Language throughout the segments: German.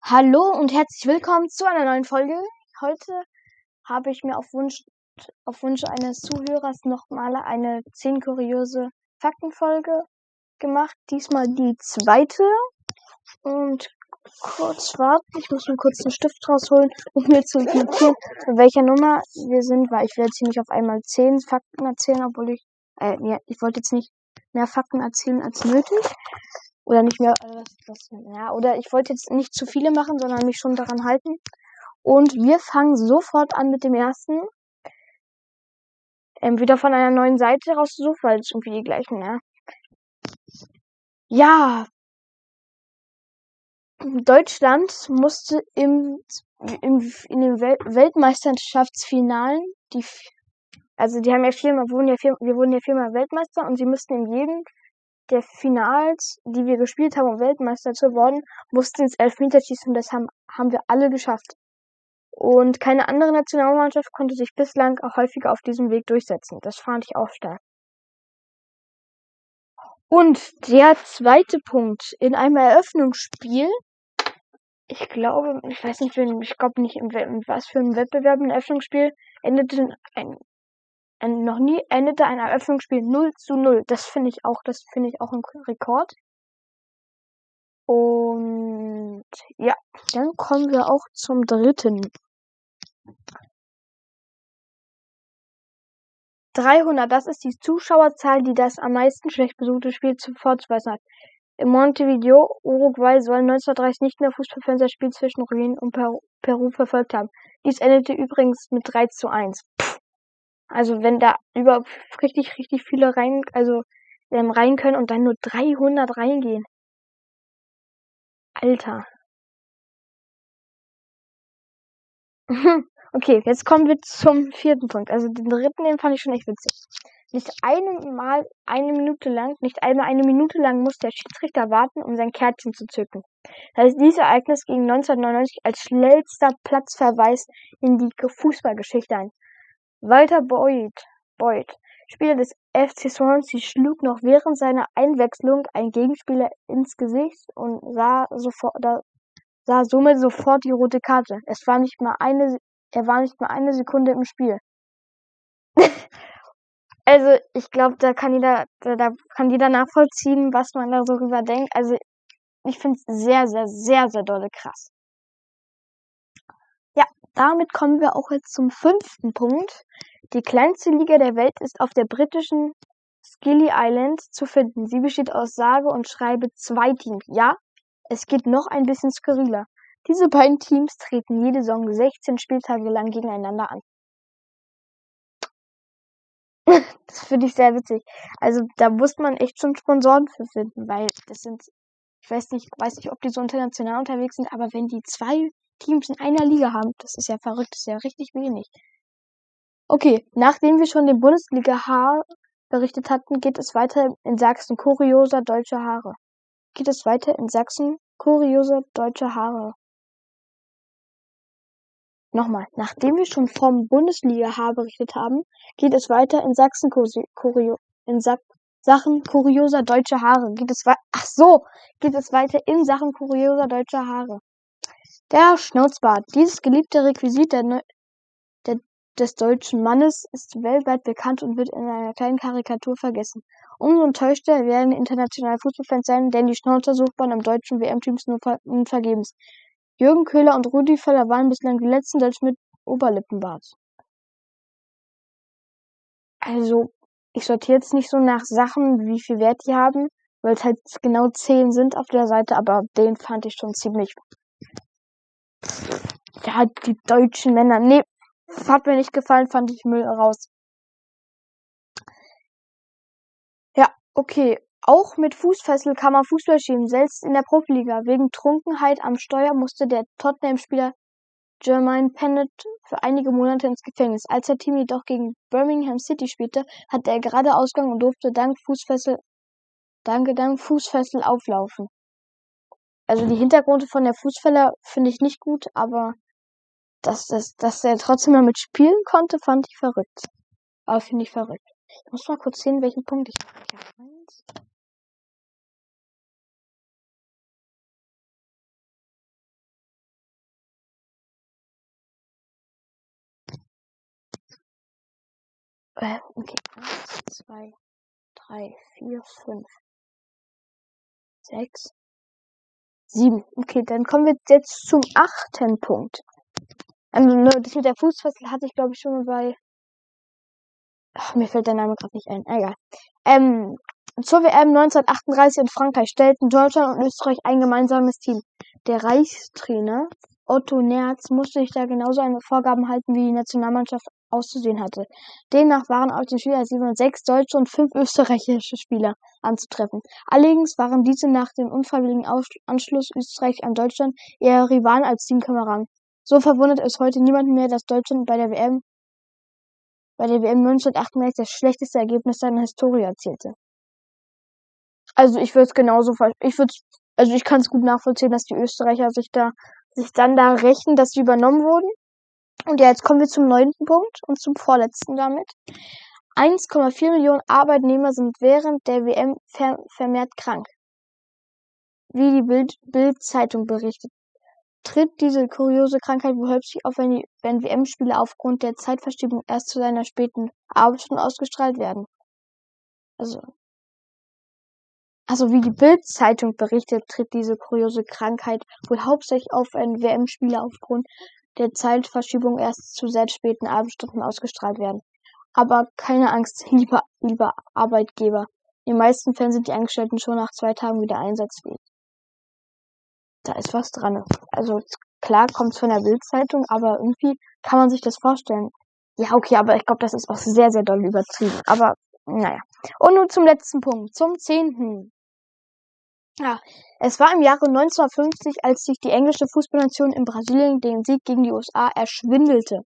Hallo und herzlich willkommen zu einer neuen Folge. Heute habe ich mir auf Wunsch eines Zuhörers nochmal eine 10 kuriose Faktenfolge gemacht. Diesmal die zweite. Und kurz warten, ich muss mir kurz einen Stift rausholen, um mir zu notieren, bei welcher Nummer wir sind, weil ich werde jetzt hier nicht auf einmal 10 Fakten erzählen, obwohl ich wollte jetzt nicht mehr Fakten erzählen als nötig. Oder nicht mehr, oder ich wollte jetzt nicht zu viele machen, sondern mich schon daran halten. Und wir fangen sofort an mit dem ersten. Wieder von einer neuen Seite rausgesucht, weil es irgendwie die gleichen, ne? Ja, Deutschland musste in den Weltmeisterschaftsfinalen, wir wurden ja viermal Weltmeister und sie mussten in jedem der Finals, die wir gespielt haben, um Weltmeister zu werden, mussten ins Elfmeterschießen und das haben wir alle geschafft. Und keine andere Nationalmannschaft konnte sich bislang auch häufiger auf diesem Weg durchsetzen. Das fand ich auch stark. Und der zweite Punkt in einem Eröffnungsspiel, ich glaube nicht, in was für einem Wettbewerb ein Eröffnungsspiel endete noch nie endete ein Eröffnungsspiel 0:0. Das finde ich auch ein Rekord. Und ja, dann kommen wir auch zum dritten. 300, das ist die Zuschauerzahl, die das am meisten schlecht besuchte Spiel vorzuweisen hat. In Montevideo, Uruguay, sollen 1930 nicht mehr Fußballfans das Spiel zwischen Uruguay und Peru verfolgt haben. Dies endete übrigens mit 3:1. Also wenn da über richtig viele rein können und dann nur 300 reingehen. Alter. Okay, jetzt kommen wir zum vierten Punkt. Also den dritten, den fand ich schon echt witzig. Nicht einmal eine Minute lang muss der Schiedsrichter warten, um sein Kärtchen zu zücken. Das ist dieses Ereignis ging 1999 als schnellster Platzverweis in die Fußballgeschichte ein. Walter Boyd, Spieler des FC Swansea, schlug noch während seiner Einwechslung einen Gegenspieler ins Gesicht und sah somit sofort die rote Karte. Er war nicht mal eine Sekunde im Spiel. Also, ich glaube, da kann jeder nachvollziehen, was man da so drüber denkt. Also, ich finde es sehr, sehr, sehr, sehr dolle krass. Ja, damit kommen wir auch jetzt zum fünften Punkt. Die kleinste Liga der Welt ist auf der britischen Scilly Island zu finden. Sie besteht aus sage und schreibe 2 Teams. Ja, es geht noch ein bisschen skurriler. Diese beiden Teams treten jede Saison 16 Spieltage lang gegeneinander an. Das finde ich sehr witzig. Also da muss man echt schon Sponsoren für finden, weil ich weiß nicht, ob die so international unterwegs sind, aber wenn die 2 Teams in einer Liga haben, das ist ja verrückt, das ist ja richtig wenig. Okay, nachdem wir schon den Bundesliga-Haar berichtet hatten, geht es weiter in Sachsen. Kurioser deutscher Haare. Nochmal, nachdem wir schon vom Bundesliga-Haar berichtet haben, geht es weiter in Sachen kurioser deutscher Haare. Geht es weiter in Sachen kurioser deutscher Haare. Der Schnauzbart. Dieses geliebte Requisit des deutschen Mannes ist weltweit bekannt und wird in einer kleinen Karikatur vergessen. Umso enttäuschter werden internationale Fußballfans sein, denn die Schnauzer sucht man im deutschen WM-Teams nur vergebens. Jürgen Köhler und Rudi Völler waren bislang die letzten Deutschen mit Oberlippenbart. Also, ich sortiere jetzt nicht so nach Sachen, wie viel Wert die haben, weil es halt genau 10 sind auf der Seite, aber den fand ich schon ziemlich. Ja, die deutschen Männer. Nee, hat mir nicht gefallen, fand ich Müll raus. Ja, okay. Auch mit Fußfessel kann man Fußball spielen, selbst in der Profiliga. Wegen Trunkenheit am Steuer musste der Tottenham-Spieler Jermaine Pennant für einige Monate ins Gefängnis. Als das Team jedoch gegen Birmingham City spielte, hatte er gerade Ausgang und durfte dank Fußfessel auflaufen. Also die Hintergründe von der Fußfäller finde ich nicht gut, aber dass er trotzdem mal mitspielen konnte, fand ich verrückt. Aber finde ich verrückt. Ich muss mal kurz sehen, welchen Punkt ich habe. Okay. 1, 2, 3, 4, 5, 6, 7. Okay, dann kommen wir jetzt zum 8. Punkt. Das mit der Fußfessel hatte ich, glaube ich, schon mal bei. Ach, mir fällt der Name gerade nicht ein. Egal. Zur WM 1938 in Frankreich stellten Deutschland und Österreich ein gemeinsames Team. Der Reichstrainer Otto Nerz musste sich da genauso an Vorgaben halten, wie die Nationalmannschaft auszusehen hatte. Demnach waren auf den Spieler 6 deutsche und 5 österreichische Spieler anzutreffen. Allerdings waren diese nach dem unfreiwilligen Anschluss Österreich an Deutschland eher Rivalen als Teamkameraden. So verwundert es heute niemanden mehr, dass Deutschland bei der WM 1938 das schlechteste Ergebnis seiner Historie erzielte. Also ich würde es genauso, ich kann es gut nachvollziehen, dass die Österreicher sich dann da rächen, dass sie übernommen wurden. Und ja, jetzt kommen wir zum 9. Punkt und zum vorletzten damit. 1,4 Millionen Arbeitnehmer sind während der WM vermehrt krank. Wie die Bild-Zeitung berichtet, tritt diese kuriose Krankheit wohl häufig auf, wenn WM-Spiele aufgrund der Zeitverschiebung erst zu seiner späten Abendstunde ausgestrahlt werden. Also wie die Bild-Zeitung berichtet, tritt diese kuriose Krankheit wohl hauptsächlich auf, wenn WM-Spiele aufgrund der Zeitverschiebung erst zu sehr späten Abendstunden ausgestrahlt werden. Aber keine Angst, lieber Arbeitgeber. In den meisten Fällen sind die Angestellten schon nach 2 Tagen wieder einsatzfähig. Da ist was dran. Also klar kommt es von der Bild-Zeitung, aber irgendwie kann man sich das vorstellen. Ja, okay, aber ich glaube, das ist auch sehr, sehr doll übertrieben. Aber naja. Und nun zum letzten Punkt, zum 10. Ja, es war im Jahre 1950, als sich die englische Fußballnation in Brasilien den Sieg gegen die USA erschwindelte.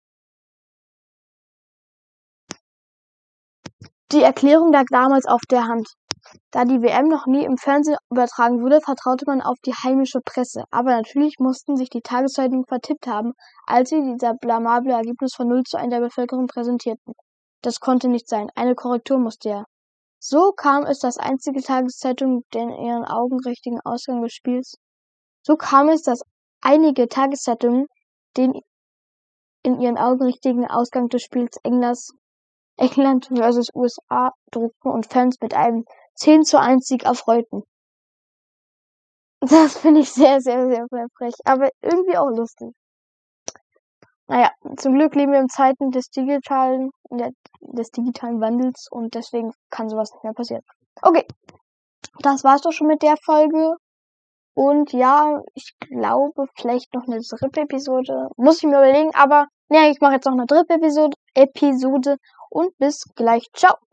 Die Erklärung lag damals auf der Hand. Da die WM noch nie im Fernsehen übertragen wurde, vertraute man auf die heimische Presse. Aber natürlich mussten sich die Tageszeitungen vertippt haben, als sie dieser blamable Ergebnis von 0:1 der Bevölkerung präsentierten. Das konnte nicht sein. Eine Korrektur musste her. So kam es, dass einige Tageszeitungen den in ihren Augen richtigen Ausgang des Spiels England vs. USA druckten und Fans mit einem 10:1 Sieg erfreuten. Das finde ich sehr, sehr, sehr, sehr frech, aber irgendwie auch lustig. Naja, zum Glück leben wir in Zeiten des digitalen Wandels und deswegen kann sowas nicht mehr passieren. Okay, das war's doch schon mit der Folge. Und ja, ich glaube, vielleicht noch eine 3. Episode. Muss ich mir überlegen, aber ja, ich mache jetzt noch eine 3. Episode und bis gleich. Ciao!